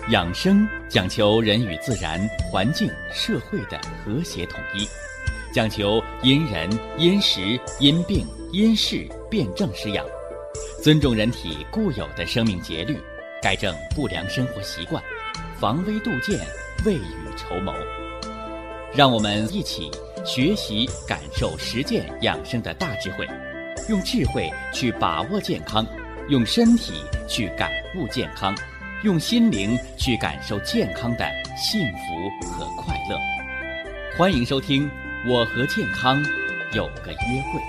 养生讲求人与自然、环境、社会的和谐统一，讲求因人、因时、因病、因事辩证施养，尊重人体固有的生命节律，改正不良生活习惯，防微杜渐，未雨绸缪。让我们一起学习、感受、实践养生的大智慧，用智慧去把握健康，用身体去感悟健康，用心灵去感受健康的幸福和快乐。欢迎收听《我和健康有个约会》。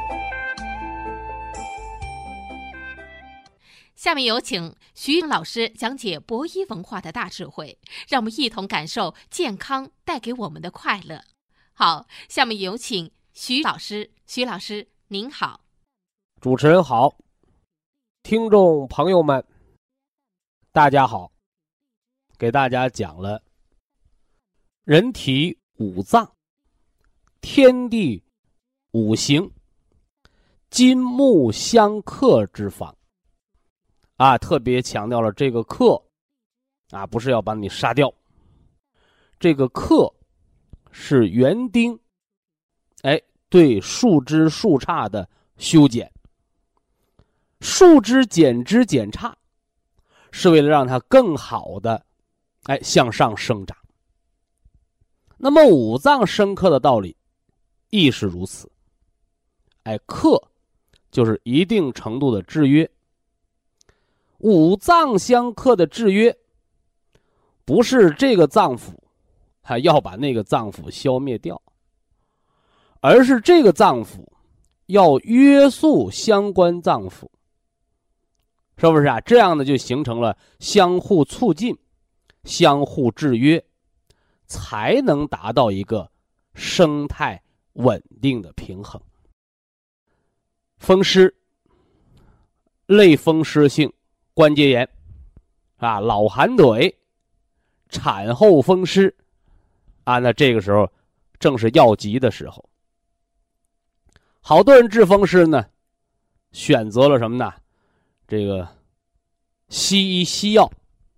下面有请徐老师讲解博医文化的大智慧，让我们一同感受健康带给我们的快乐。好，下面有请徐老师。徐老师您好。 主持人好，听众朋友们大家好。给大家讲了人体五脏、天地五行、金木相克之法特别强调了这个克不是要把你杀掉，这个克是园丁对树枝树杈的修剪，树枝剪枝剪杈是为了让它更好的向上生长。那么五脏生克的道理亦是如此，克就是一定程度的制约。五脏相克的制约不是这个脏腑要把那个脏腑消灭掉，而是这个脏腑要约束相关脏腑，是不是这样呢就形成了相互促进、相互制约，才能达到一个生态稳定的平衡。风湿、类风湿性关节炎老寒腿、产后风湿那这个时候正是要急的时候。好多人治风湿呢，选择了什么呢？这个西医西药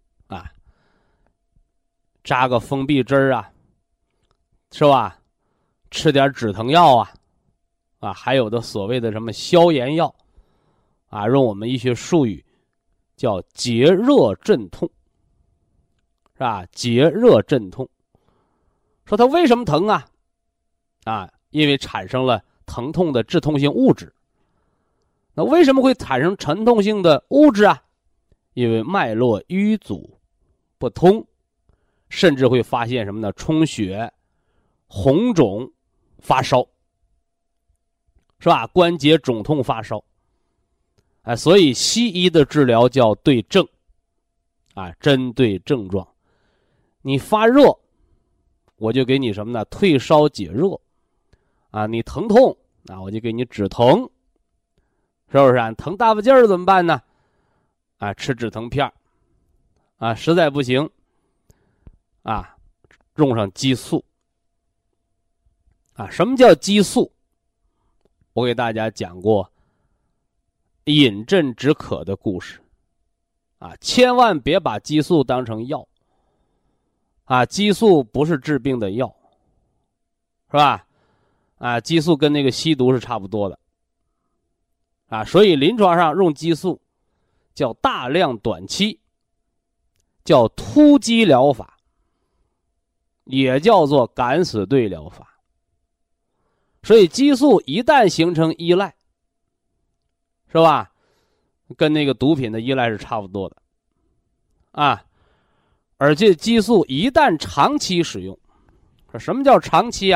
扎个封闭针是吧？吃点止疼药还有的所谓的什么消炎药用我们医学术语叫结热镇痛，是吧？结热镇痛，说它为什么疼因为产生了疼痛的致痛性物质。那为什么会产生疼痛性的物质因为脉络淤阻不通，甚至会发现什么呢？充血、红肿、发烧，是吧？关节肿痛发烧。所以西医的治疗叫对症针对症状。你发热我就给你什么呢？退烧解热你疼痛我就给你止疼，是不是疼大发劲儿怎么办呢？吃止疼片实在不行用上激素什么叫激素？我给大家讲过饮鸩止渴的故事千万别把激素当成药激素不是治病的药，是吧？激素跟那个吸毒是差不多的所以临床上用激素叫大量短期，叫突击疗法，也叫做敢死队疗法。所以激素一旦形成依赖，是吧？跟那个毒品的依赖是差不多的而且激素一旦长期使用，什么叫长期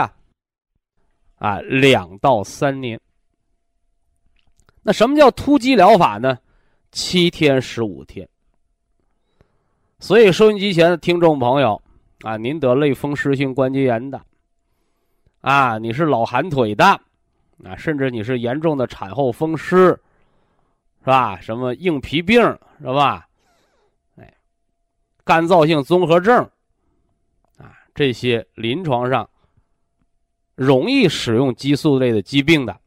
2到3年。那什么叫突击疗法呢？7天15天。所以收音机前的听众朋友您得类风湿性关节炎的你是老寒腿的甚至你是严重的产后风湿，是吧？什么硬皮病，是吧？干燥性综合症这些临床上容易使用激素类的疾病的，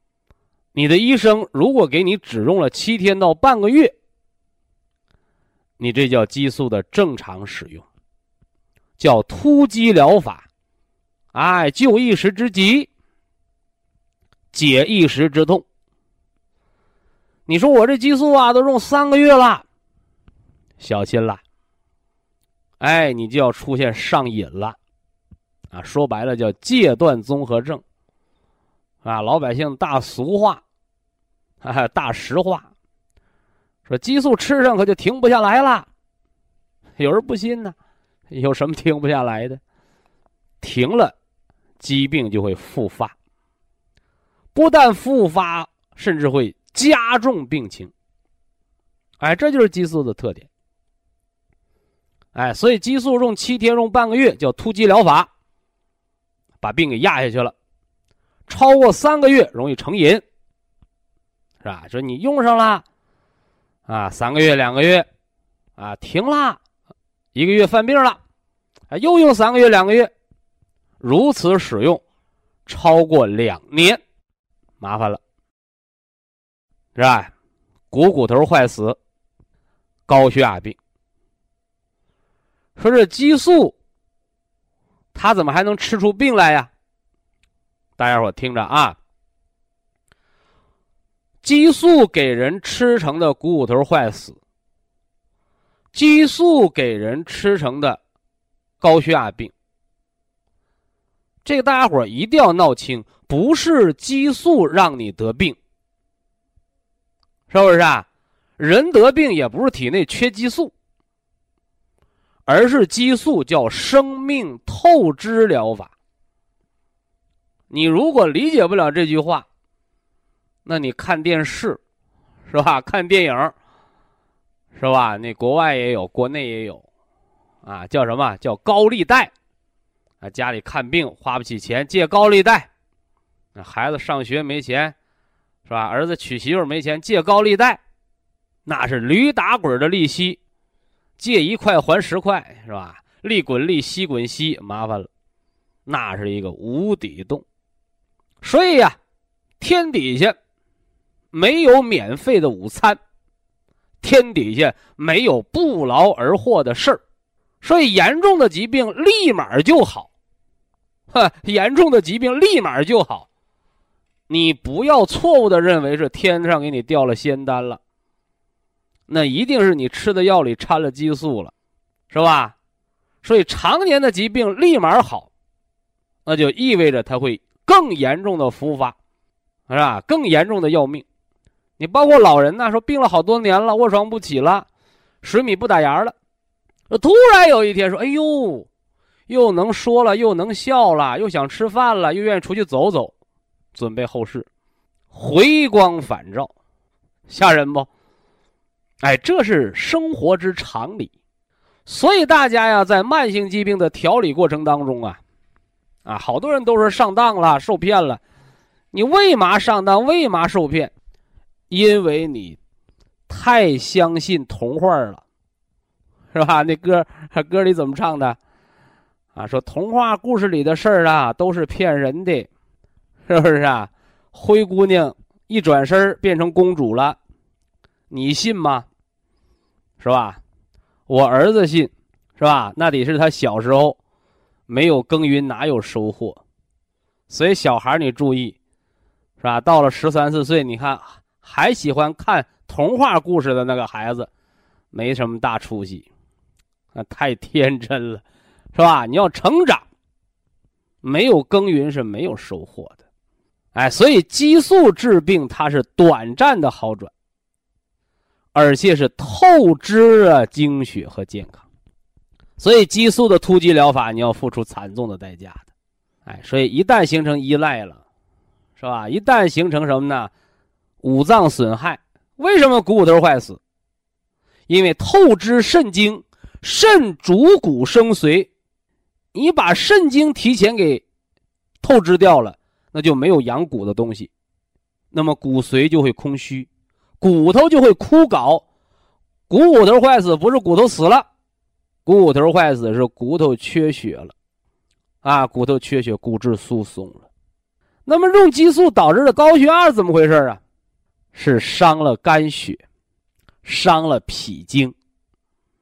你的医生如果给你只用了7天到半个月， 你这叫激素的正常使用，叫突击疗法，救一时之急，解一时之痛。你说我这激素都用3个月了，小心了，你就要出现上瘾了，说白了叫戒断综合症，老百姓大俗话，大实话，说激素吃上可就停不下来了。有人不信呢，有什么停不下来的？停了，疾病就会复发，不但复发，甚至会加重病情。这就是激素的特点。所以激素用7天，用半个月，叫突击疗法，把病给压下去了。超过3个月容易成瘾，是吧？说你用上了3个月、2个月停了，1个月犯病了，又用3个月、2个月，如此使用超过2年，麻烦了，是吧？骨头坏死，高血压病。说这激素它怎么还能吃出病来呀？大家伙听着激素给人吃成的骨头坏死，激素给人吃成的高血压病，这个大家伙一定要闹清，不是激素让你得病，是不是人得病也不是体内缺激素，而是激素叫生命透支疗法。你如果理解不了这句话，那你看电视是吧？看电影是吧？那国外也有，国内也有叫什么？叫高利贷家里看病花不起钱，借高利贷。孩子上学没钱是吧？儿子娶媳妇没钱，借高利贷，那是驴打滚的利息，借1块还10块是吧？利滚利，息滚息，麻烦了，那是一个无底洞。所以天底下没有免费的午餐，天底下没有不劳而获的事儿，所以严重的疾病立马就好，严重的疾病立马就好。你不要错误的认为是天上给你掉了仙丹了，那一定是你吃的药里掺了激素了，是吧？所以常年的疾病立马好，那就意味着它会更严重的复发，是吧？更严重的要命。你包括老人说病了好多年了，卧床不起了，水米不打牙了，突然有一天说又能说了，又能笑了，又想吃饭了，又愿意出去走走，准备后事，回光返照，吓人不？这是生活之常理。所以大家在慢性疾病的调理过程当中好多人都说上当了，受骗了。你为嘛上当？为嘛受骗？因为你太相信童话了，是吧？那歌里怎么唱的说童话故事里的事儿都是骗人的，是不是灰姑娘一转身变成公主了，你信吗？是吧？我儿子信，是吧？那得是他小时候没有耕耘，哪有收获？所以小孩你注意，是吧？到了13、14岁，你看还喜欢看童话故事的那个孩子，没什么大出息，太天真了，是吧？你要成长，没有耕耘是没有收获的。所以激素治病它是短暂的好转，而且是透支精血和健康。所以激素的突击疗法你要付出惨重的代价的。所以一旦形成依赖了，是吧？一旦形成什么呢？五脏损害。为什么骨头坏死？因为透支肾精，肾主骨生髓，你把肾精提前给透支掉了，那就没有养骨的东西，那么骨髓就会空虚，骨头就会枯槁。骨头坏死不是骨头死了，骨头坏死是骨头缺血了骨头缺血，骨质疏松了。那么用激素导致的高血压是怎么回事是伤了肝血，伤了脾经，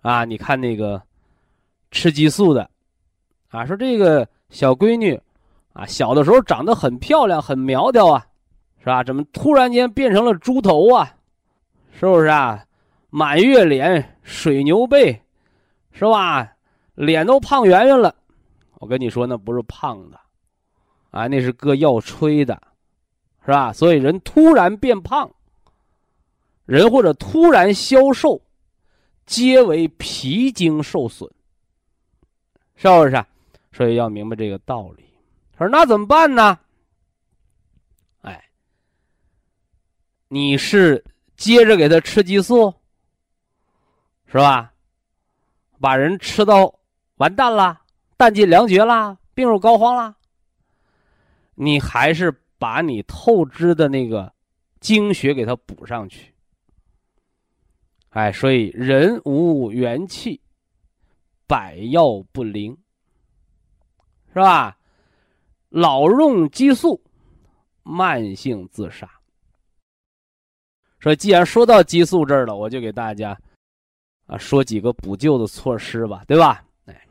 啊，你看那个吃激素的啊，说这个小闺女啊，小的时候长得很漂亮，很苗条啊，是吧？怎么突然间变成了猪头啊？是不是啊？满月脸、水牛背，是吧？脸都胖圆圆了。我跟你说，那不是胖的，啊，那是搁药吹的，是吧？所以人突然变胖，人或者突然消瘦，皆为脾经受损，是不是啊？所以要明白这个道理。说那怎么办呢？哎，你是接着给他吃激素，是吧？把人吃到完蛋了，弹尽粮绝了，病入膏肓了。你还是把你透支的那个精血给它补上去。哎，所以人无元气，百药不灵，是吧？老用激素，慢性自杀。所以既然说到激素这儿了，我就给大家说几个补救的措施吧，对吧？哎，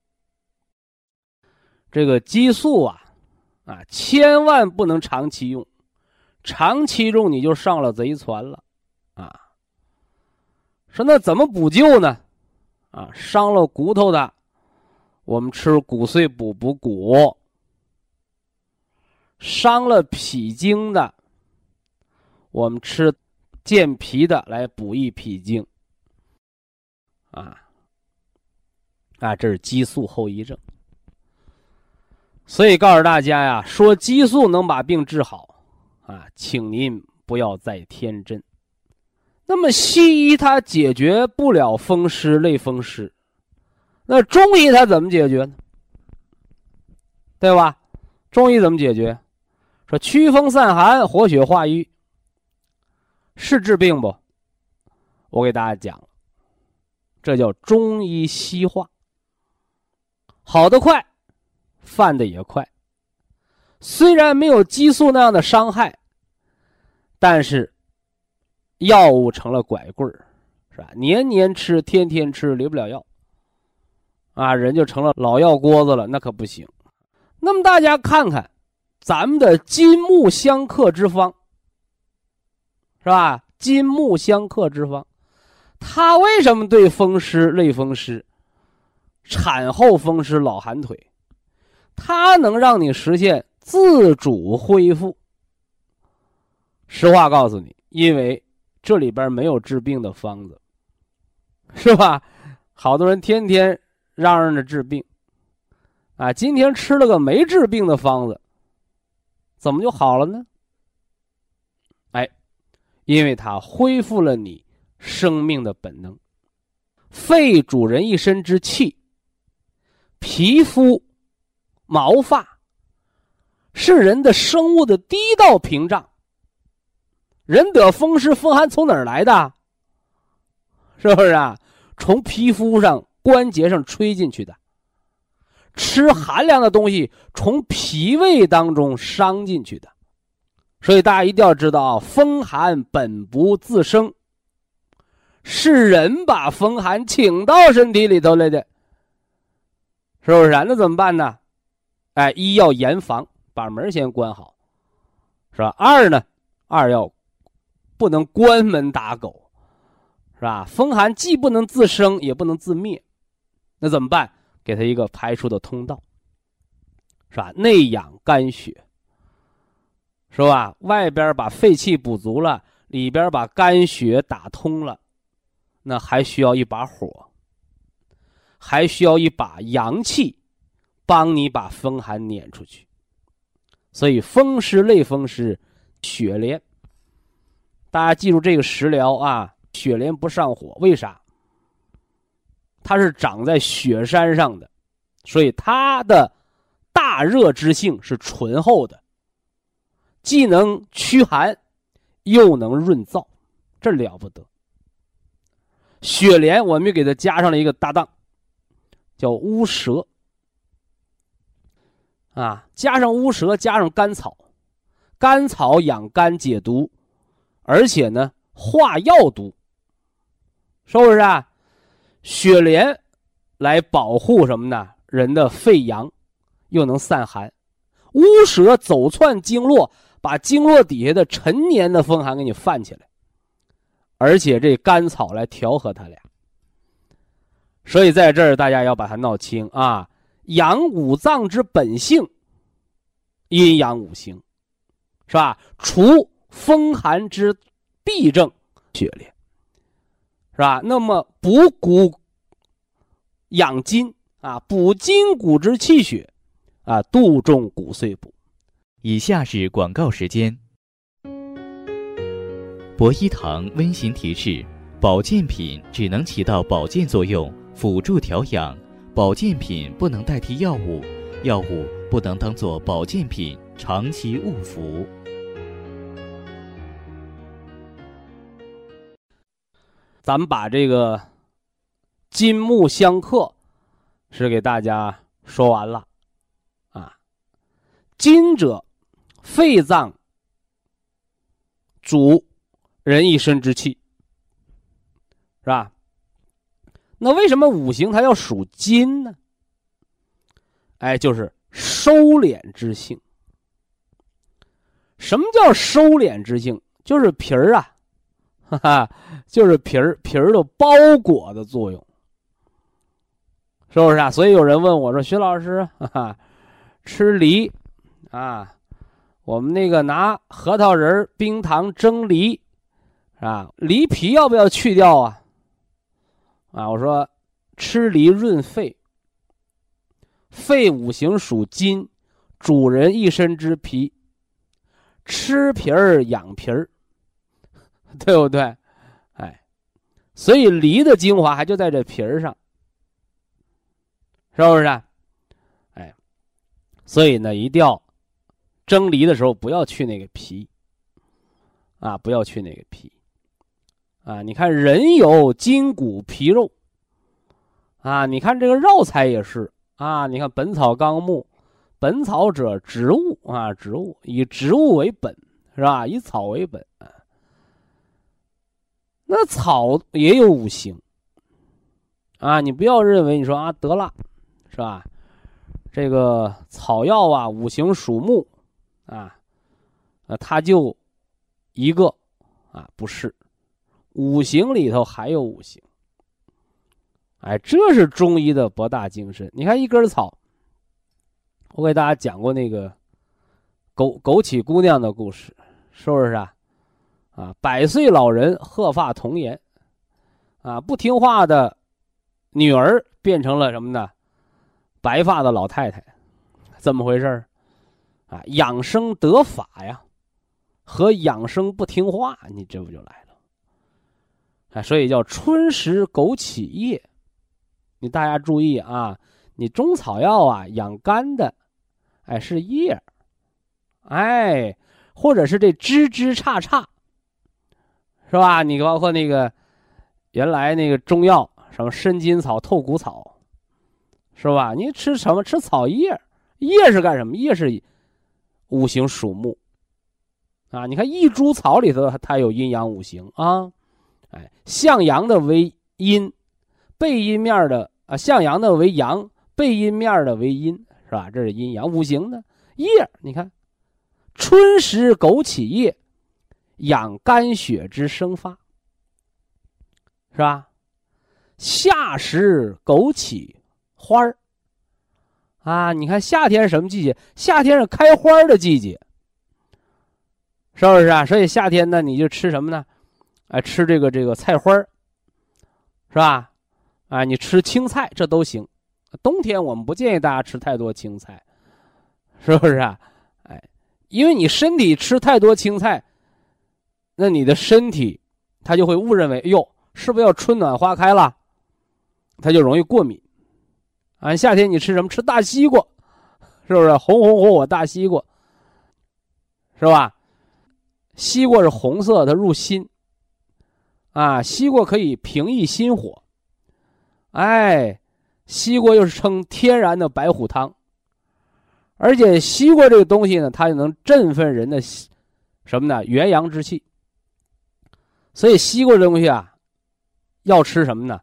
这个激素千万不能长期用，长期用你就上了贼船了啊。说那怎么补救呢？啊，伤了骨头的，我们吃骨碎补骨；伤了脾经的，我们吃健脾的来补益脾经。这是激素后遗症。所以告诉大家呀，说激素能把病治好请您不要再天真。那么西医它解决不了风湿类风湿，那中医它怎么解决呢？对吧？中医怎么解决？说驱风散寒，活血化瘀，是治病不？我给大家讲了，这叫中医西化。好的快，犯的也快。虽然没有激素那样的伤害，但是药物成了拐棍儿，是吧？年年吃，天天吃，离不了药人就成了老药锅子了，那可不行。那么大家看看咱们的金木相克之方，是吧？金木相克之方，它为什么对风湿类风湿、产后风湿老寒腿，它能让你实现自主恢复？实话告诉你，因为这里边没有治病的方子，是吧？好多人天天嚷嚷着治病今天吃了个没治病的方子，怎么就好了呢？因为它恢复了你生命的本能。肺主人一身之气，皮肤、毛发是人的生物的第一道屏障。人得风湿风寒从哪儿来的？是不是从皮肤上关节上吹进去的。吃寒凉的东西从脾胃当中伤进去的。所以大家一定要知道风寒本不自生，是人把风寒请到身体里头来的，是不是那怎么办呢？一要严防，把门先关好，是吧？二要不能关门打狗，是吧？风寒既不能自生也不能自灭，那怎么办？给他一个排出的通道，是吧？内养肝血，是吧？外边把肺气补足了，里边把肝血打通了，那还需要一把火，还需要一把阳气帮你把风寒撵出去。所以风湿类风湿，血连，大家记住这个食疗血连不上火，为啥？它是长在雪山上的，所以它的大热之性是醇厚的，既能驱寒又能润燥，这了不得。雪莲我们又给它加上了一个搭档，叫乌蛇加上乌蛇，加上甘草，甘草养肝解毒，而且呢化药毒，是不是血帘来保护什么呢？人的肺阳，又能散寒。乌蛇走窜经络，把经络底下的陈年的风寒给你泛起来，而且这甘草来调和它俩。所以在这儿大家要把它闹清啊，养五脏之本性，阴阳五行，是吧？除风寒之痹症，血连，是吧？那么补骨养筋啊，补筋骨之气血啊，杜仲骨髓补。 以下是广告时间。博一堂温馨提示：保健品只能起到保健作用，辅助调养，保健品不能代替药物，药物不能当作保健品长期误服。 咱们把这个金木相克是给大家说完了啊。金者肺脏主人一身之气，是吧？那为什么五行它要属金呢？哎，就是收敛之性。什么叫收敛之性？就是皮儿啊，哈哈，就是皮儿的包裹的作用，是不是啊？所以有人问我说：“徐老师，哈哈，吃梨啊，我们那个拿核桃仁、冰糖蒸梨啊，梨皮要不要去掉啊？”啊，我说吃梨润肺，肺五行属金，主人一身之皮，吃皮儿养皮儿，对不对？哎，所以梨的精华还就在这皮儿上，是不是啊？哎，所以呢，一定要蒸梨的时候不要去那个皮啊，不要去那个皮啊。你看人有筋骨皮肉啊，你看这个药材也是啊，你看《本草纲目》，本草者植物啊，植物以植物为本，是吧？以草为本啊。那草也有五行啊，你不要认为你说啊得了，是吧？这个草药啊，五行属木啊，它就一个啊，不是，五行里头还有五行。哎，这是中医的博大精深。你看一根草，我给大家讲过那个枸杞姑娘的故事，是不是啊？啊，100岁老人鹤发童颜，啊，不听话的女儿变成了什么呢？白发的老太太，怎么回事啊？养生得法呀，和养生不听话，你这不就来了？啊，所以叫春食枸杞叶。你大家注意啊，你中草药啊养肝的，哎是叶，哎，或者是这枝枝杈杈。是吧？你包括那个原来那个中药什么参筋草、透骨草，是吧？你吃什么？吃草叶，叶是干什么？叶是五行属木啊。你看一株草里头它有阴阳五行啊，哎，向阳的为阴，背阴面的啊，向阳的为阳，背阴面的为阴，是吧？这是阴阳五行的叶。你看，春食枸杞叶，养肝血之生发，是吧？夏食枸杞花儿啊，你看夏天是什么季节？夏天是开花的季节，是不是啊？所以夏天呢，你就吃什么呢？哎，吃这个菜花儿，是吧？啊，你吃青菜这都行。冬天我们不建议大家吃太多青菜，是不是啊？哎，因为你身体吃太多青菜，那你的身体它就会误认为，哎呦，是不是要春暖花开了？它就容易过敏。啊，夏天你吃什么？吃大西瓜，是不是？红红火火大西瓜，是吧？西瓜是红色，它入心。啊，西瓜可以平抑心火。哎，西瓜又是称天然的白虎汤。而且西瓜这个东西呢，它就能振奋人的什么呢？元阳之气。所以西瓜这东西啊，要吃什么呢？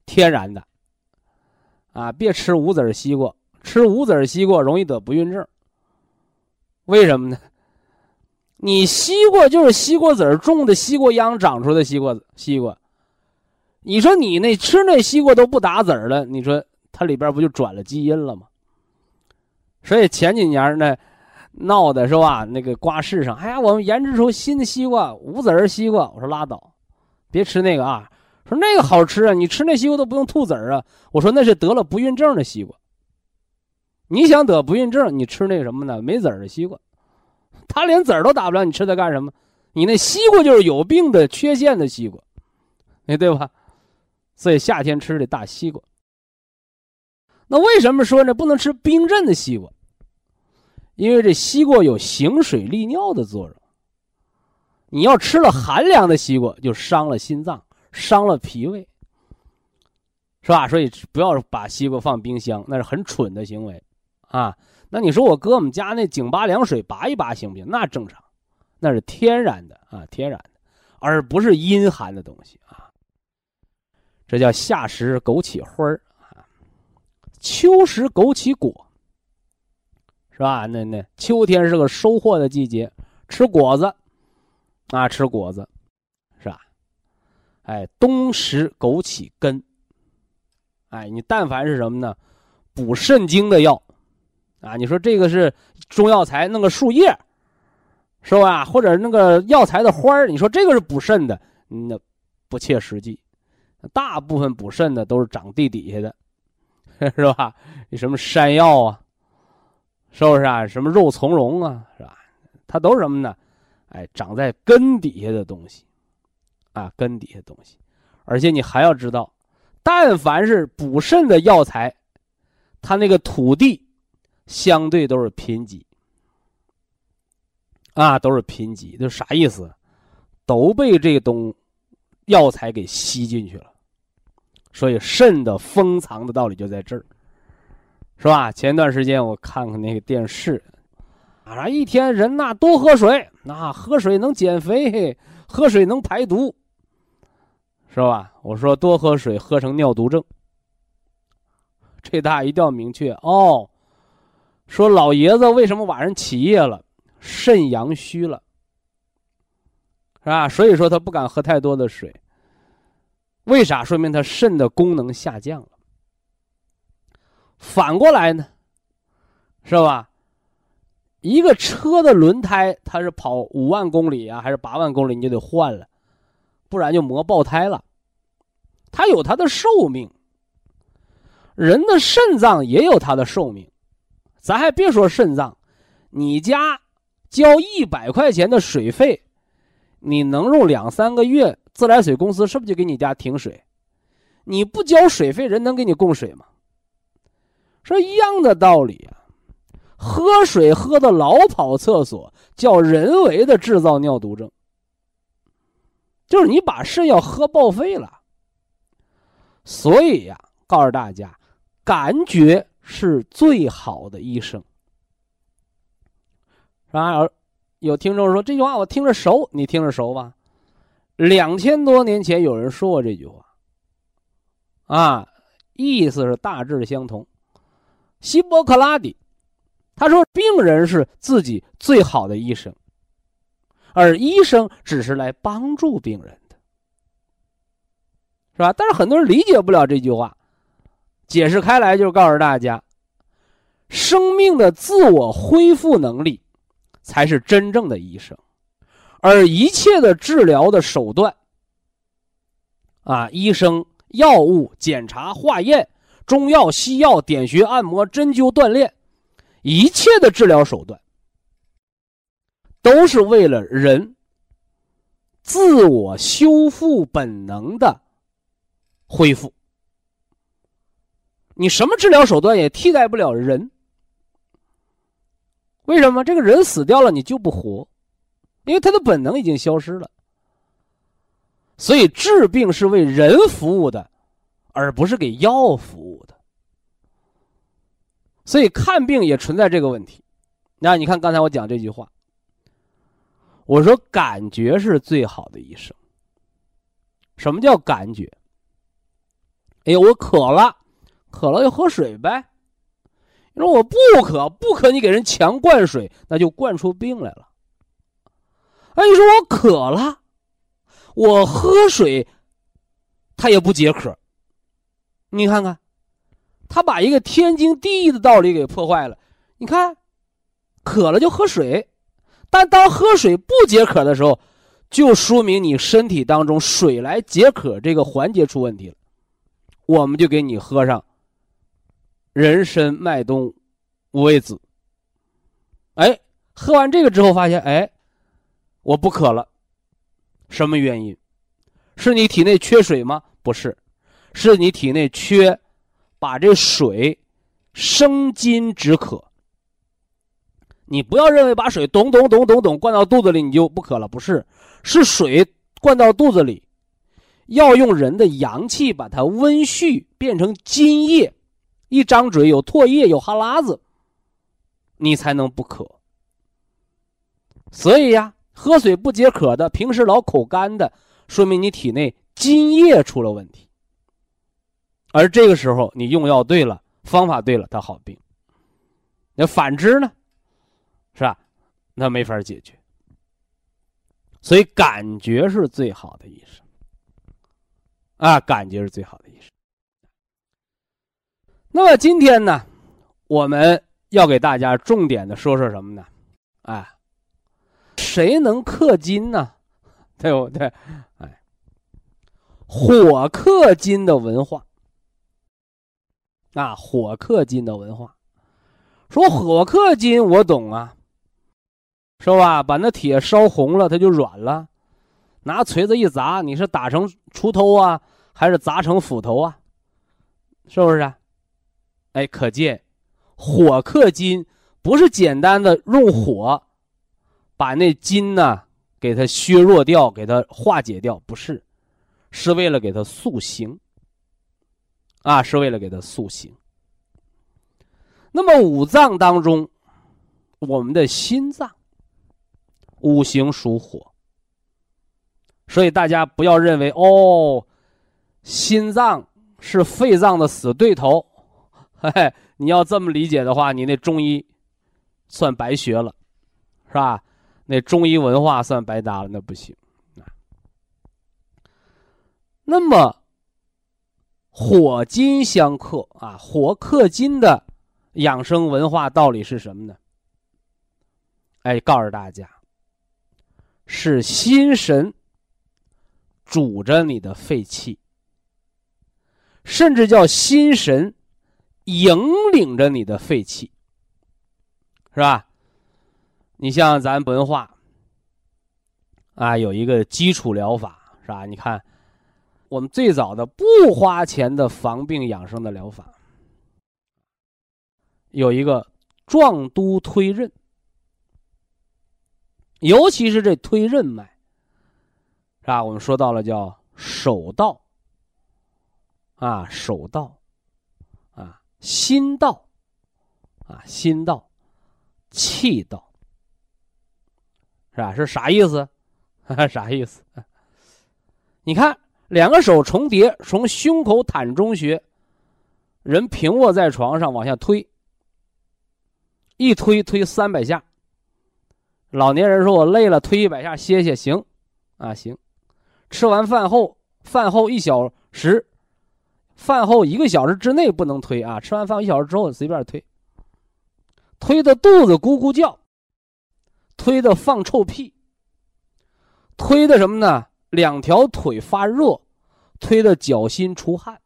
天然的。别吃无籽西瓜，吃无籽西瓜容易得不孕症。为什么呢？你西瓜就是西瓜籽种的西瓜秧长出的西瓜，你说你那吃那西瓜都不打籽了，你说它里边不就转了基因了吗？所以前几年呢闹的是吧，那个瓜市上，我们研制出新的西瓜，无籽西瓜。我说拉倒，别吃那个啊，说那个好吃啊，你吃那西瓜都不用吐籽啊。我说那是得了不孕症的西瓜，你想得不孕症，你吃那什么呢？没籽的西瓜，它连籽都打不了，你吃它干什么？你那西瓜就是有病的缺陷的西瓜，对吧？所以夏天吃这大西瓜。那为什么说呢不能吃冰镇的西瓜？因为这西瓜有行水利尿的作用。你要吃了寒凉的西瓜，就伤了心脏，伤了脾胃，是吧？所以不要把西瓜放冰箱，那是很蠢的行为啊。那你说我搁我们家那井拔凉水拔一拔行不行？那正常，那是天然的啊，天然的，而不是阴寒的东西啊。这叫夏时枸杞花啊，秋时枸杞果，是吧？那秋天是个收获的季节，吃果子啊，吃果子，是吧？冬食枸杞根，你但凡是什么呢？补肾精的药啊，你说这个是中药材，弄个树叶，是吧？或者那个药材的花你说这个是补肾的，那不切实际。大部分补肾的都是长地底下的，是吧？什么山药啊，是不是啊？什么肉苁蓉啊，是吧？它都是什么呢？长在根底下的东西，根底下的东西。而且你还要知道，但凡是补肾的药材，它那个土地相对都是贫瘠，都是贫瘠。这啥意思？都被这种药材给吸进去了。所以肾的封藏的道理就在这儿，是吧？前段时间我看看那个电视，一天人多喝水，喝水能减肥，喝水能排毒，是吧？我说多喝水喝成尿毒症，这大家一定要明确哦。说老爷子为什么晚上起夜了？肾阳虚了，是吧？所以说他不敢喝太多的水。为啥？说明他肾的功能下降了。反过来呢，是吧？一个车的轮胎，它是跑5万公里还是8万公里，你就得换了，不然就磨爆胎了。它有它的寿命，人的肾脏也有它的寿命。咱还别说肾脏，你家交100块钱的水费，你能用2-3个月，自来水公司是不是就给你家停水？你不交水费，人能给你供水吗？说一样的道理啊，喝水喝的老跑厕所，叫人为的制造尿毒症，就是你把肾要喝报废了。所以呀，告诉大家，感觉是最好的医生。有听众说这句话我听着熟，你听着熟吧？2000多年前有人说过这句话，意思是大致相同。希波克拉底他说，病人是自己最好的医生，而医生只是来帮助病人的，是吧？但是很多人理解不了这句话，解释开来就是告诉大家，生命的自我恢复能力才是真正的医生，而一切的治疗的手段医生、药物、检查、化验、中药、西药、点穴、按摩、针灸、锻炼，一切的治疗手段都是为了人自我修复本能的恢复。你什么治疗手段也替代不了人。为什么？这个人死掉了，你就不活，因为他的本能已经消失了。所以治病是为人服务的，而不是给药服务的。所以看病也存在这个问题。你看刚才我讲这句话，我说感觉是最好的医生。什么叫感觉？ 哎，我渴了就喝水呗。你说我不渴，你给人强灌水，那就灌出病来了。哎，你说我渴了，我喝水，它也不解渴。你看看，他把一个天经地义的道理给破坏了。你看，渴了就喝水，但当喝水不解渴的时候，就说明你身体当中水来解渴这个环节出问题了。我们就给你喝上人参麦冬五味子。哎，喝完这个之后发现，哎，我不渴了。什么原因？是你体内缺水吗？不是，是你体内缺把这水生津止渴。你不要认为把水咚灌到肚子里你就不渴了，不是，是水灌到肚子里，要用人的阳气把它温煦变成津液，一张嘴有唾液有哈喇子，你才能不渴。所以呀，喝水不解渴的，平时老口干的，说明你体内津液出了问题。而这个时候你用药对了，方法对了，它好病。那反之呢，是吧？那没法解决。所以感觉是最好的医生啊，感觉是最好的医生。那么今天呢，我们要给大家重点的说说什么呢？哎，谁能克金呢？对不对？哎，火克金的文化啊，火克金的文化。说火克金我懂啊，是吧？把那铁烧红了它就软了，拿锤子一砸，你是打成锄头啊还是砸成斧头啊？是不是啊？哎，可见火克金不是简单的用火把那金呢给它削弱掉，给它化解掉，不是，是为了给它塑形啊，是为了给它塑形。那么五脏当中，我们的心脏五行属火，所以大家不要认为心脏是肺脏的死对头，嘿，你要这么理解的话，你那中医算白学了，是吧？那中医文化算白搭了，那不行。那么火金相克啊，火克金的养生文化道理是什么呢？哎，告诉大家，是心神主着你的肺气，甚至叫心神引领着你的肺气，是吧？你像咱文化啊，有一个基础疗法，是吧？你看我们最早的不花钱的防病养生的疗法，有一个壮督推任，尤其是这推任脉，是吧？我们说到了叫手道啊，手道啊，心道啊，心道，气道，是吧？是啥意思？啥意思？你看两个手重叠，从胸口膻中穴，人平卧在床上往下推，一推300下。老年人说我累了，推100下歇歇，行啊，行。吃完饭后1小时，饭后1个小时之内不能推啊，吃完饭1小时之后随便推，推的肚子咕咕叫，推的放臭屁，推的什么呢？2条腿发热，推的脚心出汗，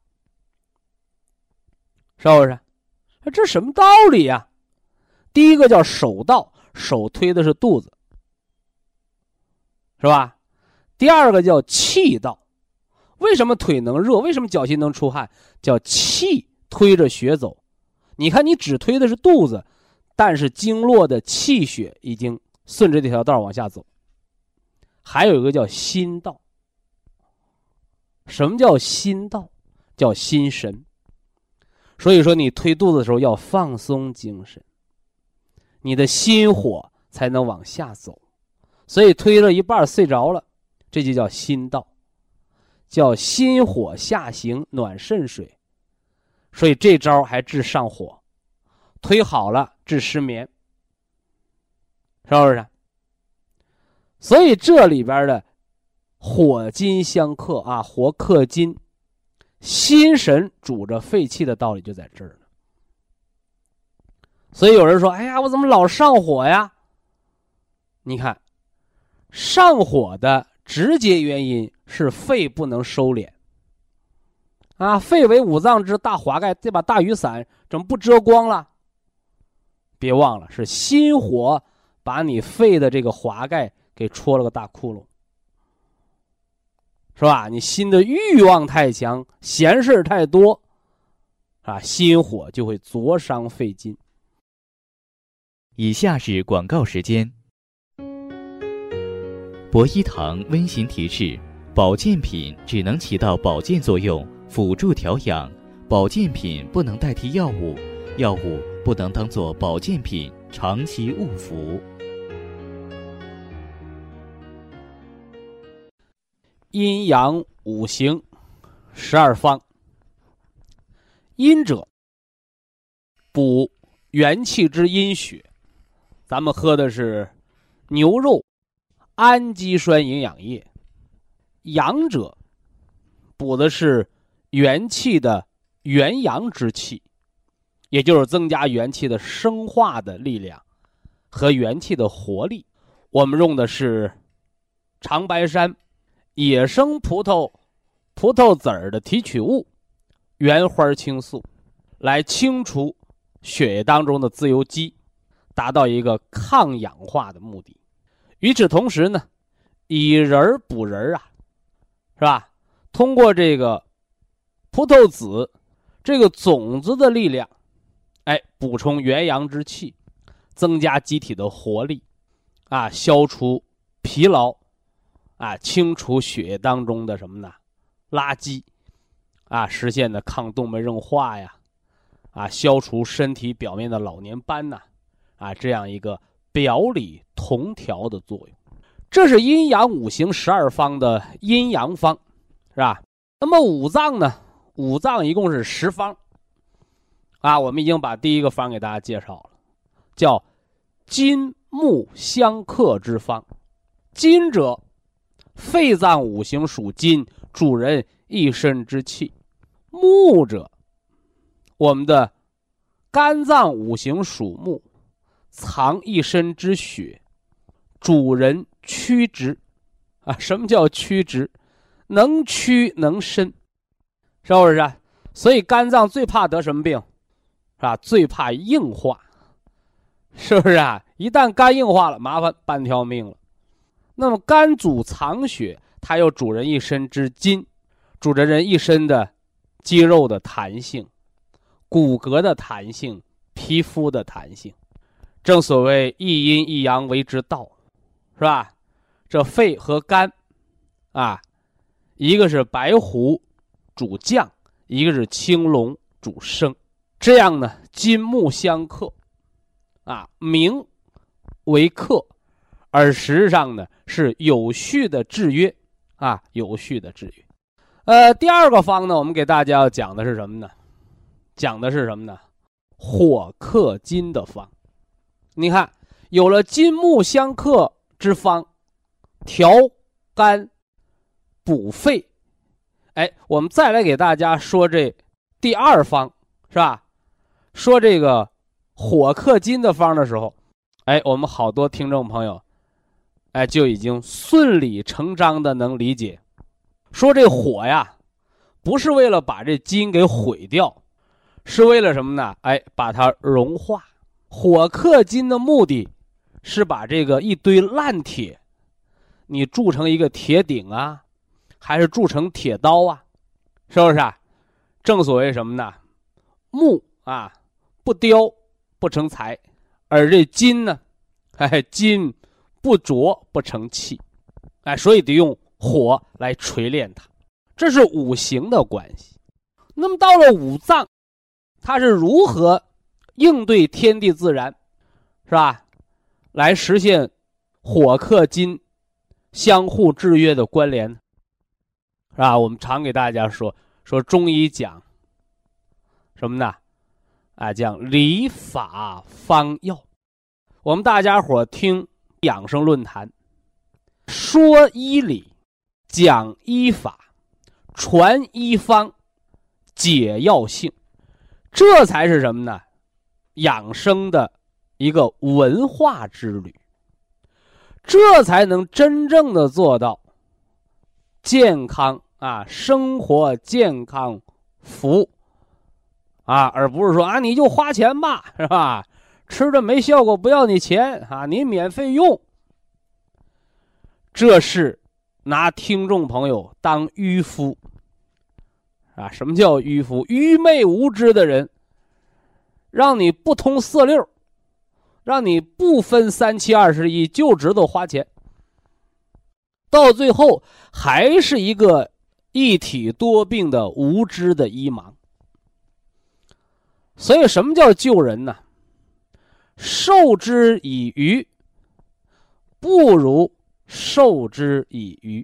是不是？这什么道理呀？第一个叫手道，手推的是肚子，是吧？第二个叫气道，为什么腿能热？为什么脚心能出汗？叫气推着血走。你看你只推的是肚子，但是经络的气血已经顺着这条道往下走。还有一个叫心道。什么叫心道？叫心神。所以说你推肚子的时候要放松精神，你的心火才能往下走。所以推了一半睡着了，这就叫心道。 叫心火下行，暖肾水，所以这招还治上火，推好了治失眠，是不是？所以这里边的火金相克啊，火克金，心神主着肺气的道理就在这儿了。所以有人说，哎呀，我怎么老上火呀？你看，上火的直接原因是肺不能收敛啊，肺为五脏之大华盖，这把大雨伞怎么不遮光了？别忘了，是心火把你肺的这个华盖给戳了个大窟窿，是吧？你心的欲望太强，闲事太多啊，心火就会灼伤肺筋。 以下是广告时间。博一堂温馨提示：保健品只能起到保健作用，辅助调养，保健品不能代替药物，药物不能当作保健品长期误服。 阴阳五行12方。阴者，补元气之阴血，咱们喝的是牛肉氨基酸营养液。阳者，补的是元气的元阳之气，也就是增加元气的生化的力量和元气的活力。我们用的是长白山野生葡萄籽儿的提取物原花青素，来清除血液当中的自由基，达到一个抗氧化的目的。与此同时呢，以仁补仁啊，是吧？通过这个葡萄籽这个种子的力量，补充元阳之气，增加机体的活力啊，消除疲劳啊，清除血液当中的什么呢？垃圾啊，实现的抗动脉硬化呀，啊，消除身体表面的老年斑呐，啊，这样一个表里同调的作用。这是阴阳五行12方的阴阳方，是吧？那么五脏呢？五脏一共是10方啊，我们已经把第一个方给大家介绍了，叫金木相克之方。金者，肺脏五行属金，主人一身之气。木者，我们的肝脏五行属木，藏一身之血，主人曲直啊。什么叫曲直？能屈能伸，是不是？所以肝脏最怕得什么病？是吧？最怕硬化，是不是啊？一旦肝硬化了，麻烦半条命了。那么肝主藏血，它有主人一身之筋，主着人一身的肌肉的弹性、骨骼的弹性、皮肤的弹性。正所谓一阴一阳为之道，是吧？这肺和肝啊，一个是白虎主降，一个是青龙主升，这样呢，金木相克啊，名为克，而实际上呢是有序的制约啊，有序的制约。第二个方呢，我们给大家要讲的是什么呢？讲的是什么呢？火克金的方。你看，有了金木相克之方，调肝补肺。我们再来给大家说这第二方，是吧？说这个火克金的方的时候，我们好多听众朋友，就已经顺理成章的能理解，说这火呀，不是为了把这金给毁掉，是为了什么呢？把它融化。火克金的目的是把这个一堆烂铁，你铸成一个铁鼎啊，还是铸成铁刀啊，是不是啊？正所谓什么呢？木啊，不雕不成材，而这金呢，金不琢不成器，所以得用火来锤炼它，这是五行的关系。那么到了五脏，它是如何应对天地自然，是吧？来实现火克金相互制约的关联。 是吧？我们常给大家说中医讲什么呢？讲理法方药。我们大家伙听养生论坛，说医理，讲医法，传医方，解药性，这才是什么呢？养生的一个文化之旅，这才能真正的做到健康生活健康服务而不是说你就花钱吧，是吧？吃着没效果不要你钱你免费用。这是拿听众朋友当渔夫什么叫渔夫？愚昧无知的人，让你不通四六，让你不分3七21，就知道花钱，到最后还是一个一体多病的无知的医盲。所以什么叫救人呢？授之以鱼，不如授之以渔。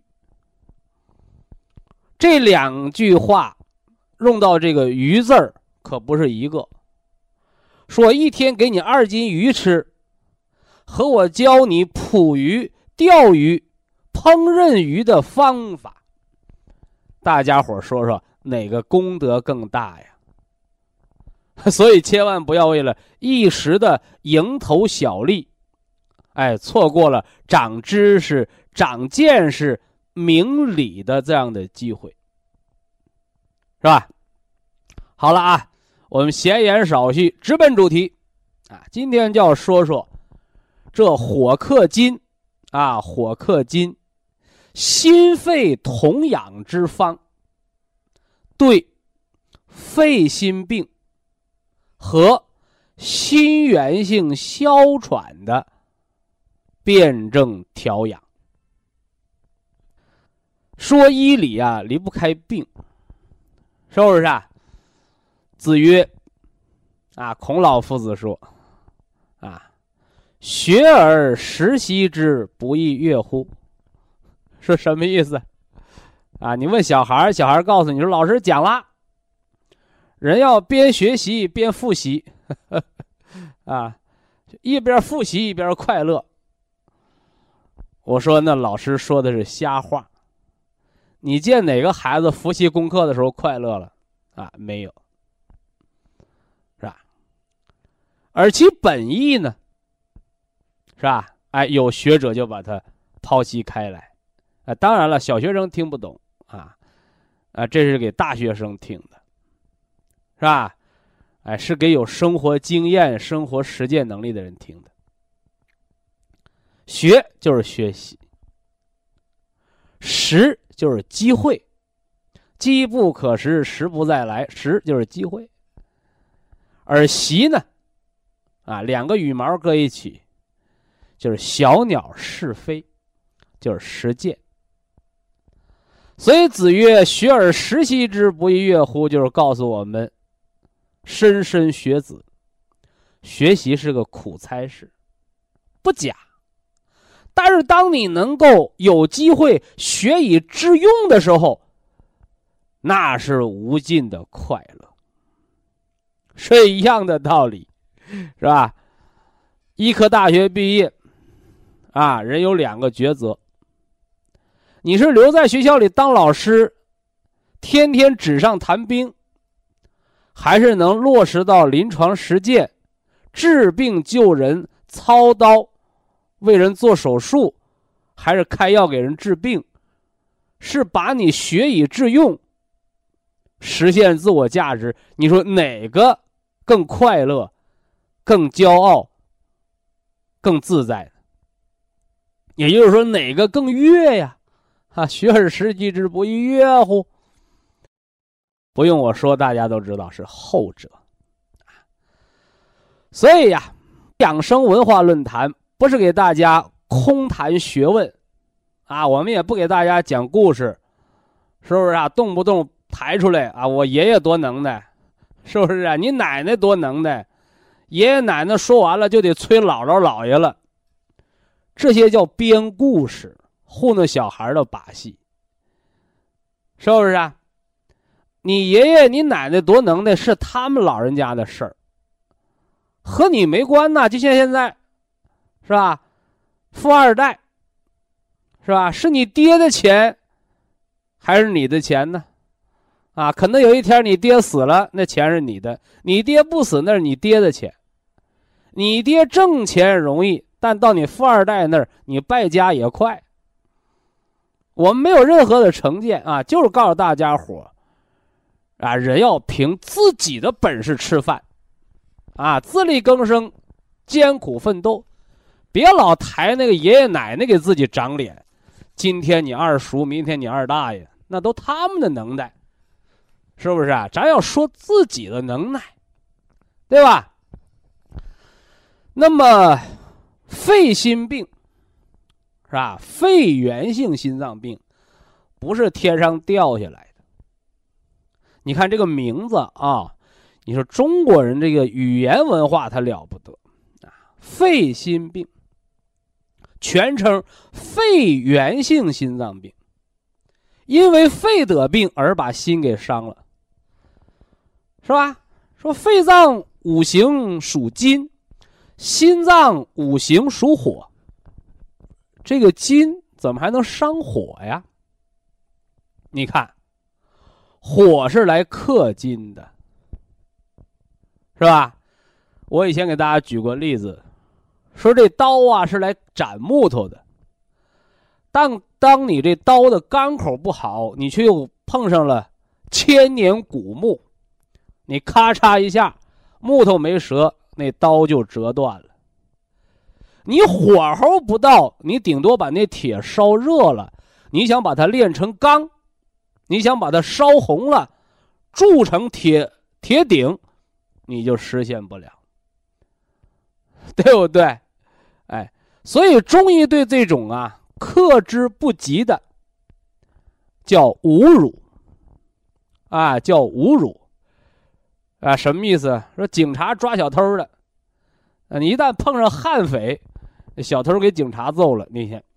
这2句话用到这个鱼字儿可不是一个。说一天给你2斤鱼吃，和我教你捕鱼、钓鱼、烹饪鱼的方法，大家伙说说哪个功德更大呀？所以千万不要为了一时的蝇头小利，错过了长知识、长见识、明理的这样的机会，是吧？好了我们闲言少叙，直奔主题今天就要说说这火克金火克金心肺同养之方，对肺心病和心源性哮喘的辩证调养。说医理离不开病，是不是子曰孔老夫子说学而时习之，不亦说乎？说什么意思你问小孩，小孩告诉你说老师讲了，人要边学习边复习一边复习一边快乐。我说那老师说的是瞎话，你见哪个孩子复习功课的时候快乐了没有，是吧？而其本意呢，是吧？有学者就把它剖析开来当然了，小学生听不懂这是给大学生听的，是吧？是给有生活经验、生活实践能力的人听的。学就是学习，时就是机会，机不可失，时不再来，时就是机会。而习呢2个羽毛搁一起，就是小鸟试飞，就是实践。所以子曰学而时习之，不亦说乎，就是告诉我们莘莘学子，学习是个苦差事，不假。但是当你能够有机会学以致用的时候，那是无尽的快乐，是一样的道理，是吧？医科大学毕业人有2个抉择，你是留在学校里当老师，天天纸上谈兵，还是能落实到临床实践，治病救人，操刀为人做手术，还是开药给人治病，是把你学以致用，实现自我价值，你说哪个更快乐、更骄傲、更自在？也就是说哪个更悦呀？学而时习之，不亦说乎？不用我说，大家都知道是后者。所以养生文化论坛不是给大家空谈学问我们也不给大家讲故事，是不是动不动抬出来我爷爷多能耐，是不是你奶奶多能耐，爷爷奶奶说完了就得催姥姥姥爷了，这些叫编故事，糊弄小孩的把戏。 是不是啊？你爷爷你奶奶多能耐是他们老人家的事儿，和你没关呐。就像现在，是吧？富二代，是吧？是你爹的钱，还是你的钱呢？啊，可能有一天你爹死了，那钱是你的；你爹不死，那是你爹的钱。你爹挣钱容易，但到你富二代那儿，你败家也快。我们没有任何的成见啊，就是告诉大家伙啊，人要凭自己的本事吃饭，啊，自力更生，艰苦奋斗，别老抬那个爷爷奶奶给自己长脸。今天你二叔，明天你二大爷，那都他们的能耐，是不是啊？咱要说自己的能耐，对吧？那么肺心病是吧？肺源性心脏病不是天上掉下来的。你看这个名字啊，你说中国人这个语言文化它了不得啊！肺心病，全称肺源性心脏病，因为肺得病而把心给伤了，是吧？说肺脏五行属金，心脏五行属火，这个金怎么还能伤火呀？你看，火是来克金的，是吧？我以前给大家举过例子，说这刀啊是来斩木头的，当你这刀的钢口不好，你却又碰上了千年古木，你咔嚓一下，木头没折，那刀就折断了。你火候不到，你顶多把那铁烧热了，你想把它炼成钢，你想把它烧红了，铸成铁鼎，你就实现不了，对不对？哎，所以中医对这种啊克之不及的叫侮辱啊，叫侮辱啊，什么意思？说警察抓小偷的，你一旦碰上悍匪，小偷给警察揍了那天。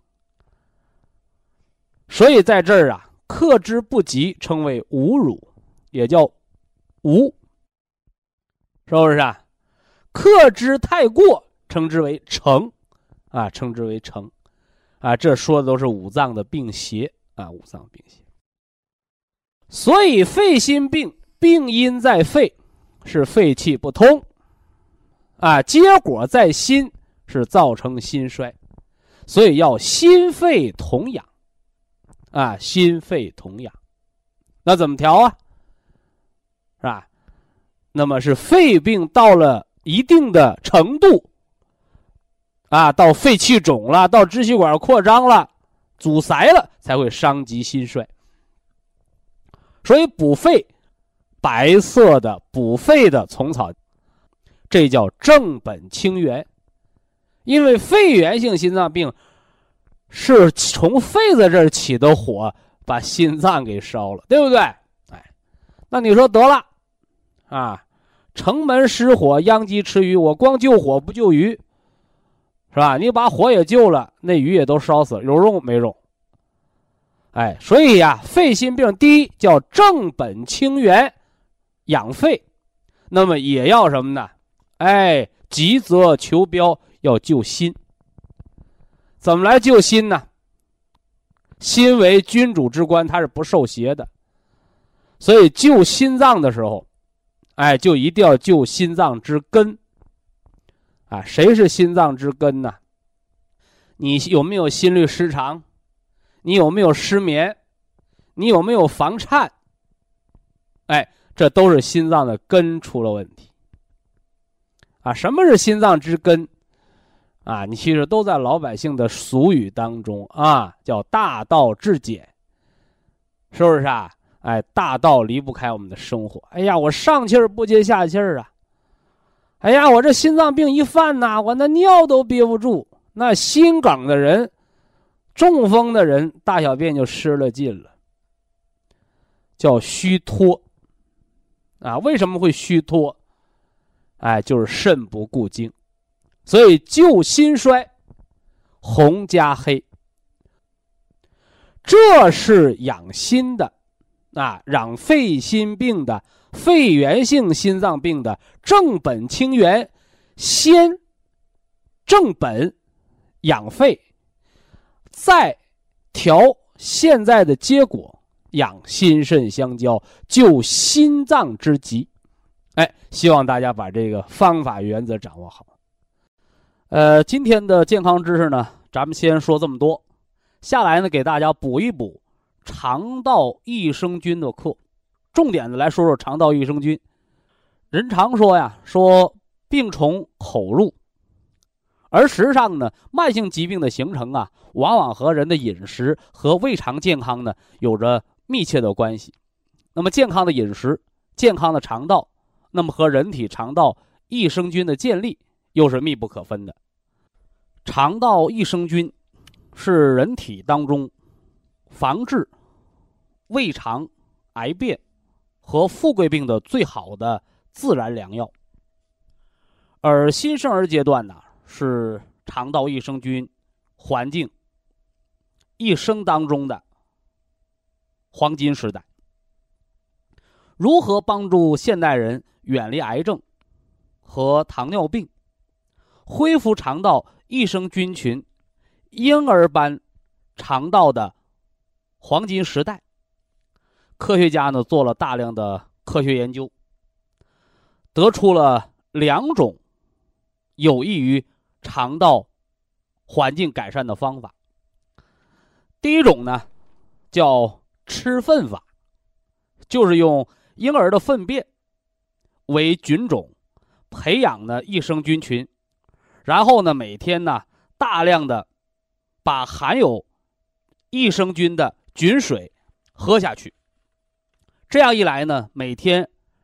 所以在这儿啊，克之不及称为侮辱，也叫侮，是不是啊？克之太过称之为成啊，称之为成啊，这说的都是五脏的病邪啊，五脏病邪。所以肺心病病因在肺，是肺气不通啊，结果在心，是造成心衰，所以要心肺同养啊，心肺同养。那怎么调啊？是吧？那么是肺病到了一定的程度啊，到肺气肿了，到支气管扩张了，阻塞了，才会伤及心衰。所以补肺，白色的补肺的虫草，这叫正本清源。因为肺源性心脏病是从肺子这儿起的火，把心脏给烧了，对不对？哎，那你说得了啊，城门失火，殃及池鱼，我光救火不救鱼，是吧？你把火也救了，那鱼也都烧死了，有用没用？哎，所以呀，肺心病第一叫正本清源，养肺，那么也要什么呢？哎，急则求标，要救心。怎么来救心呢？心为君主之官，它是不受邪的，所以救心脏的时候，哎，就一定要救心脏之根啊。谁是心脏之根呢？你有没有心律失常？你有没有失眠？你有没有房颤？哎，这都是心脏的根出了问题啊。什么是心脏之根啊？你其实都在老百姓的俗语当中啊，叫大道至简，是不是啊？哎，大道离不开我们的生活。哎呀，我上气儿不接下气儿啊！哎呀，我这心脏病一犯呐，我那尿都憋不住。那心梗的人，中风的人，大小便就失了禁了，叫虚脱啊。为什么会虚脱？哎，就是肾不固精。所以救心衰，红加黑，这是养心的让肺心病的、肺源性心脏病的正本清源，先正本养肺，再调现在的结果，养心肾相交，救心脏之急。希望大家把这个方法原则掌握好。今天的健康知识呢，咱们先说这么多。下来呢，给大家补一补肠道益生菌的课，重点的来说说肠道益生菌。人常说呀，说病从口入，而实际上呢，慢性疾病的形成啊，往往和人的饮食和胃肠健康呢有着密切的关系。那么健康的饮食、健康的肠道，那么和人体肠道益生菌的建立又是密不可分的。肠道益生菌是人体当中防治胃肠癌变和富贵病的最好的自然良药。而新生儿阶段呢，是肠道益生菌环境一生当中的黄金时代。如何帮助现代人远离癌症和糖尿病，恢复肠道益生菌群婴儿般肠道的黄金时代？科学家呢做了大量的科学研究，得出了2种有益于肠道环境改善的方法。第一种呢叫吃粪法，就是用婴儿的粪便为菌种，培养呢益生菌群，然后呢每天呢大量的把含有益生菌的菌水喝下去。这样一来呢，每天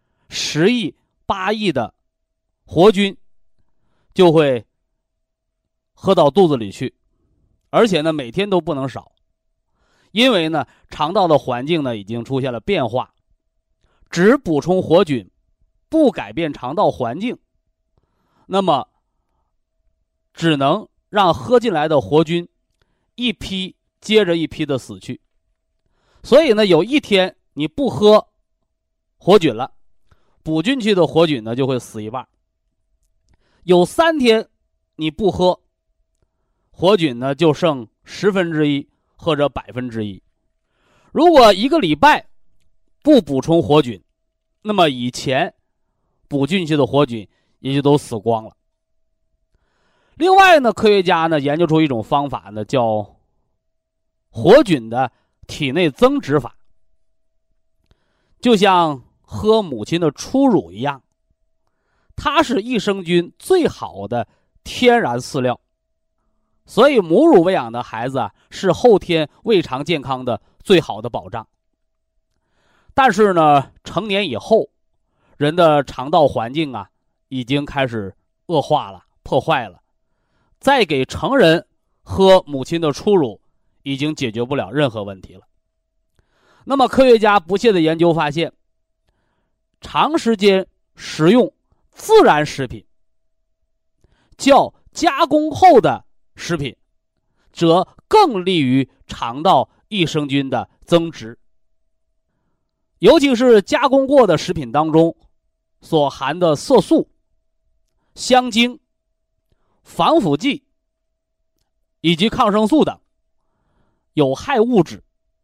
10亿、8亿的活菌就会喝到肚子里去，而且呢每天都不能少。因为呢肠道的环境呢已经出现了变化，只补充活菌，不改变肠道环境，那么只能让喝进来的活菌一批接着一批的死去。所以呢有一天你不喝活菌了，补进去的活菌呢就会死一半。有3天你不喝活菌呢，就剩1/10或者1%。如果1个礼拜不补充活菌，那么以前补进去的活菌也就都死光了。另外呢，科学家呢研究出一种方法呢，叫活菌的体内增殖法，就像喝母亲的初乳一样，它是益生菌最好的天然饲料。所以母乳喂养的孩子是后天胃肠健康的最好的保障。但是呢，成年以后，人的肠道环境啊已经开始恶化了、破坏了，再给成人喝母亲的初乳已经解决不了任何问题了。那么科学家不懈的研究发现，长时间食用自然食品较加工后的食品则更利于肠道益生菌的增殖。尤其是加工过的食品当中所含的色素、香精、防腐剂以及抗生素等有害物质，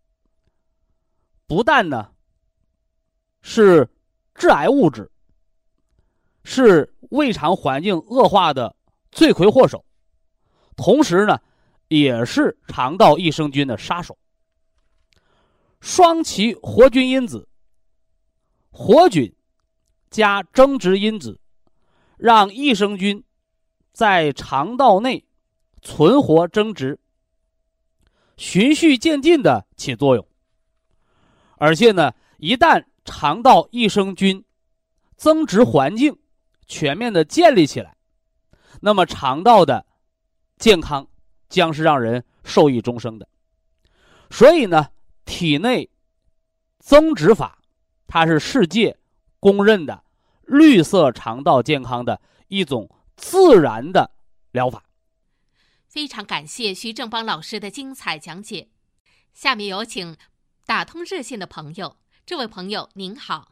不但呢是致癌物质，是胃肠环境恶化的罪魁祸首，同时呢也是肠道益生菌的杀手。双歧活菌因子，活菌加增殖因子，让益生菌在肠道内存活增殖，循序渐进的起作用。而且呢，一旦肠道益生菌增殖环境全面的建立起来，那么肠道的健康将是让人受益终生的。所以呢，体内增殖法它是世界公认的绿色肠道健康的一种自然的疗法。 非常感谢徐正邦老师的精彩讲解。下面有请打通热线的朋友这位朋友您好。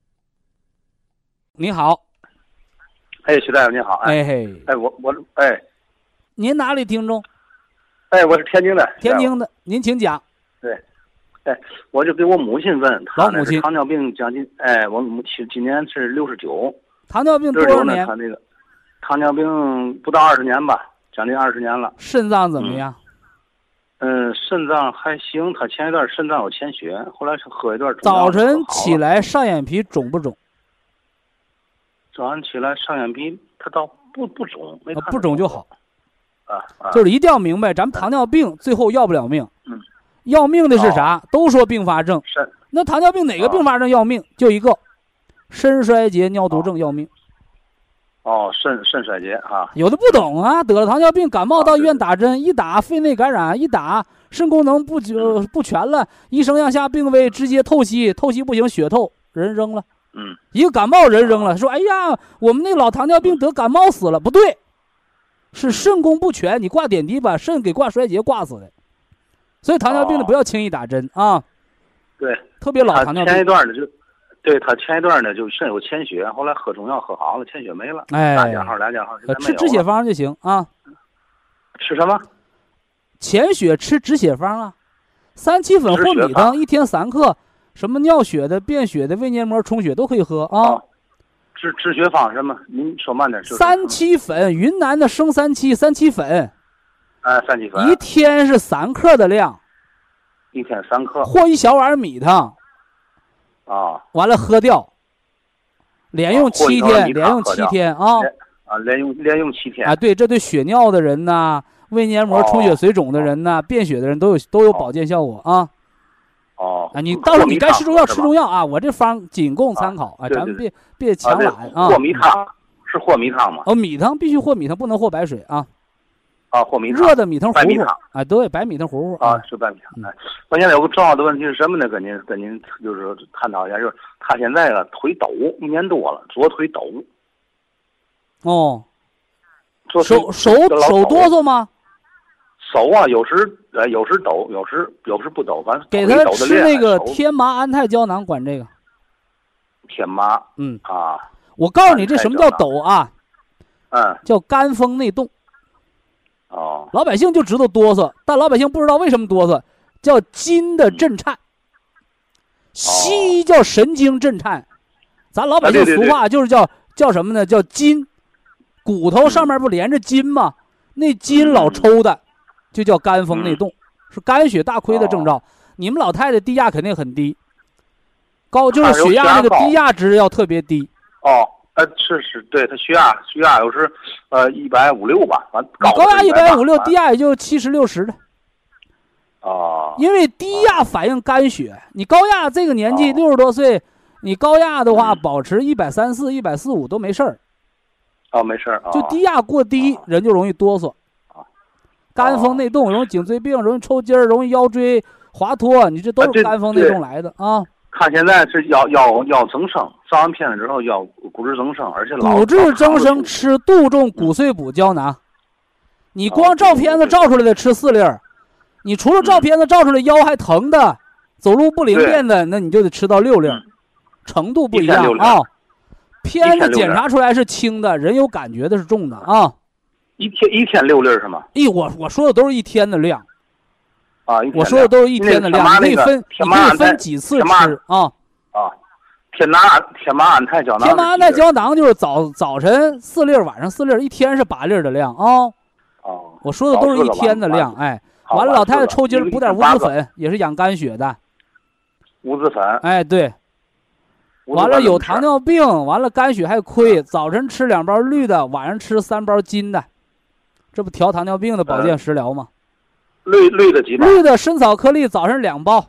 你好。 哎，徐大夫您好。 哎嘿。 哎，我您哪里听众？ 哎，我是天津的。 天津的，您请讲。 对。哎，我就给我母亲问，她老母亲糖尿病将近，哎，我母亲今年是69。 糖尿病多少年？ 她那个糖尿病不到20年吧，将近20年了。 肾脏怎么样？ 肾脏还行，她前一段肾脏有潜血，后来是喝一段中早药晨起来上眼皮肿不肿？ 早上起来上眼皮，它倒不肿，没看不肿就好。 啊， 就是一定要明白，咱们糖尿病最后要不了命。要命的是啥？都说并发症。那糖尿病哪个并发症要命？就一个，肾衰竭、尿毒症要命。 肾衰竭啊。 有的不懂啊，得了糖尿病，感冒到医院打针，一打肺内感染，一打肾功能不全了，医生让下病危，直接透析不行，血透，人扔了。一个感冒人扔了，说哎呀，我们那老糖尿病得感冒死了，不对，是肾功不全，你挂点滴把肾给挂衰竭挂死的。所以糖尿病的不要轻易打针啊。 对， 特别老糖尿病。 前一段的就肾有潜血，后来喝中药喝好了，潜血没了。 哎， 俩号， 吃止血方就行啊。 吃什么？ 潜血吃止血方啊，3七粉或米汤1天3克，什么尿血的、便血的、胃黏膜充血都可以喝啊。 止血方什么？您说慢点。 3七粉，云南的生3七3七粉。 3七粉。 1天是3克的量。 1天3克。 或1小碗米汤。完了喝掉。连用7天，连用7天啊。 连用7天啊。对，这对血尿的人呐，胃黏膜充血水肿的人呐，便血的人都有保健效果啊。你到时候你该吃中药吃中药啊，我这方仅供参考啊，咱们别强揽啊。 和米汤是和米汤吗？ 米汤必须和米汤，不能和白水啊。 和米汤。 热的米汤糊糊。 白米汤啊，对，白米汤糊糊是白米汤。我现在有个重要的问题是什么呢？跟您就是探讨一下，就是他现在腿抖，1年多了，左腿抖。 手哆嗦吗？ 手啊，有时抖，有时不抖，反正给他吃那个天麻安泰胶囊，管这个。 天麻。 我告诉你，这什么叫抖啊？叫肝风内动。老百姓就知道哆嗦，但老百姓不知道为什么哆嗦，叫筋的震颤。西医叫神经震颤，咱老百姓俗话就是叫什么呢？叫筋，骨头上面不连着筋吗？那筋老抽的。就叫肝风内动，是肝血大亏的征兆。你们老太太低压肯定很低，就是血压那个低压值要特别低。 是，对，他血压有时150-160吧， 高压150，低压也就70-60的。因为低压反映肝血，你高压这个年纪60多岁，你高压的话保持134、145都没事儿。 没事儿。 就低压过低，人就容易哆嗦。肝风内动，容易颈椎病，容易抽筋儿，容易腰椎滑脱，你这都是肝风内动来的啊。 看现在是要增生，照完片了之后要骨质增生，而且骨质增生吃杜仲骨碎补胶囊。你光照片子照出来的吃4粒儿，你除了照片子照出来腰还疼的，走路不灵便的，那你就得吃到6粒儿，程度不一样啊。片子检查出来是轻的，人有感觉的是重的啊。 一天6粒是吗？ 我说的都是1天的量。我说的都是1天的量，你可以分几次吃啊。 天麻安泰胶囊。 天麻安泰胶囊就是早晨4粒，晚上4粒，1天是8粒的量啊。我说的都是1天的量，哎。完了，老太太抽筋补点无籽粉，也是养肝血的。 无籽粉。 哎，对。完了有糖尿病，完了肝血还亏，早晨吃2包绿的，晚上吃3包金的。这不调糖尿病的保健食疗吗？ 绿的几包？ 绿的参草颗粒早上2包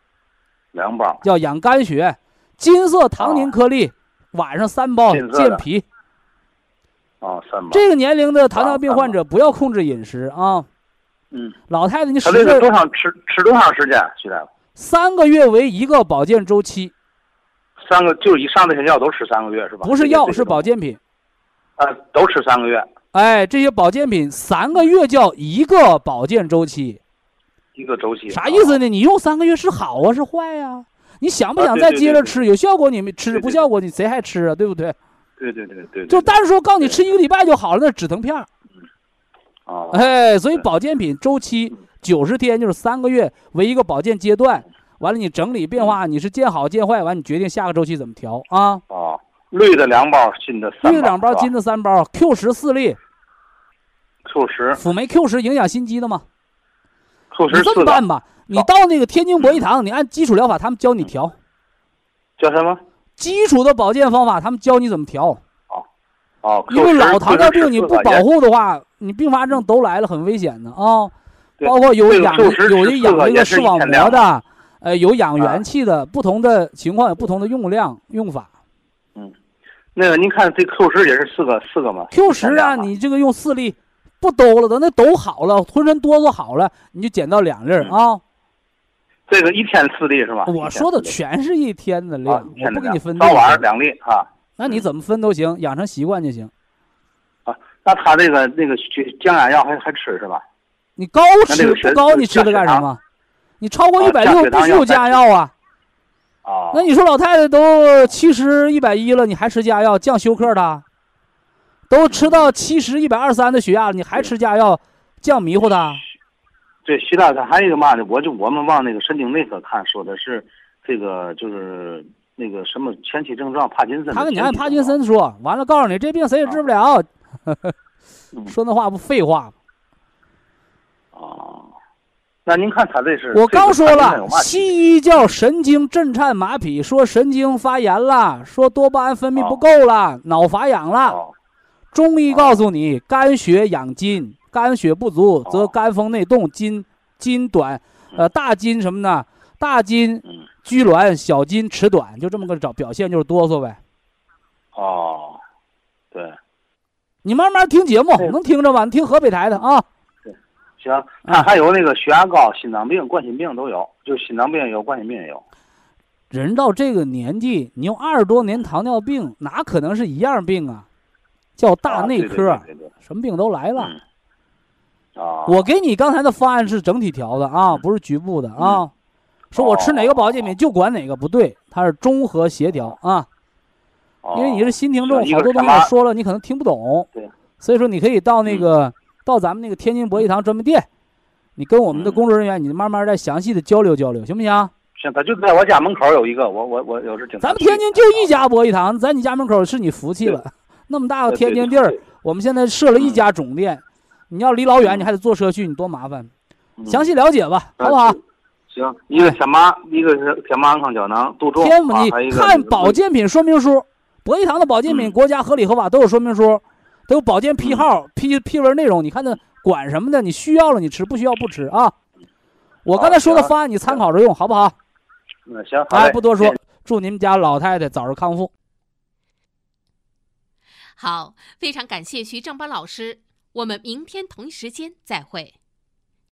，2包叫养肝血。金色糖凝颗粒晚上3包健脾。 3包。 这个年龄的糖尿病患者不要控制饮食啊。老太太你吃多长时间？徐大夫 ？3个月为1个保健周期。 3个就是以上这些药都吃3个月是吧？ 不是药，是保健品。 都吃3个月。 哎，这些保健品3个月叫1个保健周期。 1个周期。 啥意思呢？你用3个月是好啊是坏呀？ 你想不想再接着吃？有效果你吃，不效果你谁还吃啊？对不对？ 对。 就单说告诉你吃1个礼拜就好了，那止疼片。所以保健品周期90天，就是3个月为一个保健阶段。完了，你整理变化，你是见好见坏，完你决定下个周期怎么调啊？ 绿的2包，金的3包。 绿2包，金的3包 ，Q10 4粒。 Q10。辅酶 Q10影响心肌的吗？ Q10 你这么办吧，你到那个天津博医堂，你按基础疗法，他们教你调。 叫什么？ 基础的保健方法，他们教你怎么调。因为 Q10 老糖尿病你不保护的话，你并发症都来了，很危险的啊。包括有养那个视网膜的，有养元气的，不同的情况有不同的用法。 那个您看这 Q10也是四个吗 ？Q10啊，你这个用4粒，不兜了，等那兜好了，浑身哆嗦好了，你就减到2粒啊。 这个1天4粒是吧？ 我说的全是1天的量，我不给你分。 早晚2粒啊。 那你怎么分都行，养成习惯就行。 那他那个降压药还吃是吧？ 你高吃不高，你吃它干什么？你超过160必须有降压药啊。那你说老太太都70、110了，你还吃降压药？降休克的，都吃到70、123的血压了，你还吃降压药，降迷糊的。 对，徐大夫还有一个嘛呢？我们往那个神经内科看，说的是这个就是那个什么前期症状，帕金森。 他跟你按帕金森说，完了告诉你这病谁也治不了，说那话不废话吗？ 那您看他这是？ 我刚说了，西医叫神经震颤麻痹，说神经发炎了，说多巴胺分泌不够了，脑乏氧了。中医告诉你，肝血养筋，肝血不足则肝风内动，筋短，大筋什么呢？大筋拘挛，小筋迟短，就这么个表现，就是哆嗦呗。 对。 你慢慢听节目，能听着吧？你听河北台的啊。 行，还有那个血压高、心脏病、冠心病都有，就心脏病也有，冠心病也有。 人到这个年纪，你用20多年糖尿病，哪可能是一样病啊？叫大内科，什么病都来了。我给你刚才的方案是整体调的啊，不是局部的啊。说我吃哪个保健品就管哪个，不对，它是综合协调啊。因为你是新听众，好多东西我说了你可能听不懂，所以说你可以到那个。到咱们那个天津博医堂专门店，你跟我们的工作人员，你慢慢再详细的交流交流，行不行？ 行，他就在我家门口有一个，我有时挺。 咱们天津就一家博医堂，在你家门口是你福气了。那么大个天津地儿，我们现在设了1家总店，你要离老远，你还得坐车去，你多麻烦。详细了解吧，好不好？ 行，一个天麻，一个是天麻安康胶囊，杜仲。 你看保健品说明书，博医堂的保健品国家合理合法都有说明书。都有保健批号、批文内容，你看那管什么的，你需要了你吃，不需要不吃啊。我刚才说的方案你参考着用，好不好？ 行， 不多说，祝你们家老太太早日康复。 好，非常感谢徐正邦老师，我们明天同一时间再会。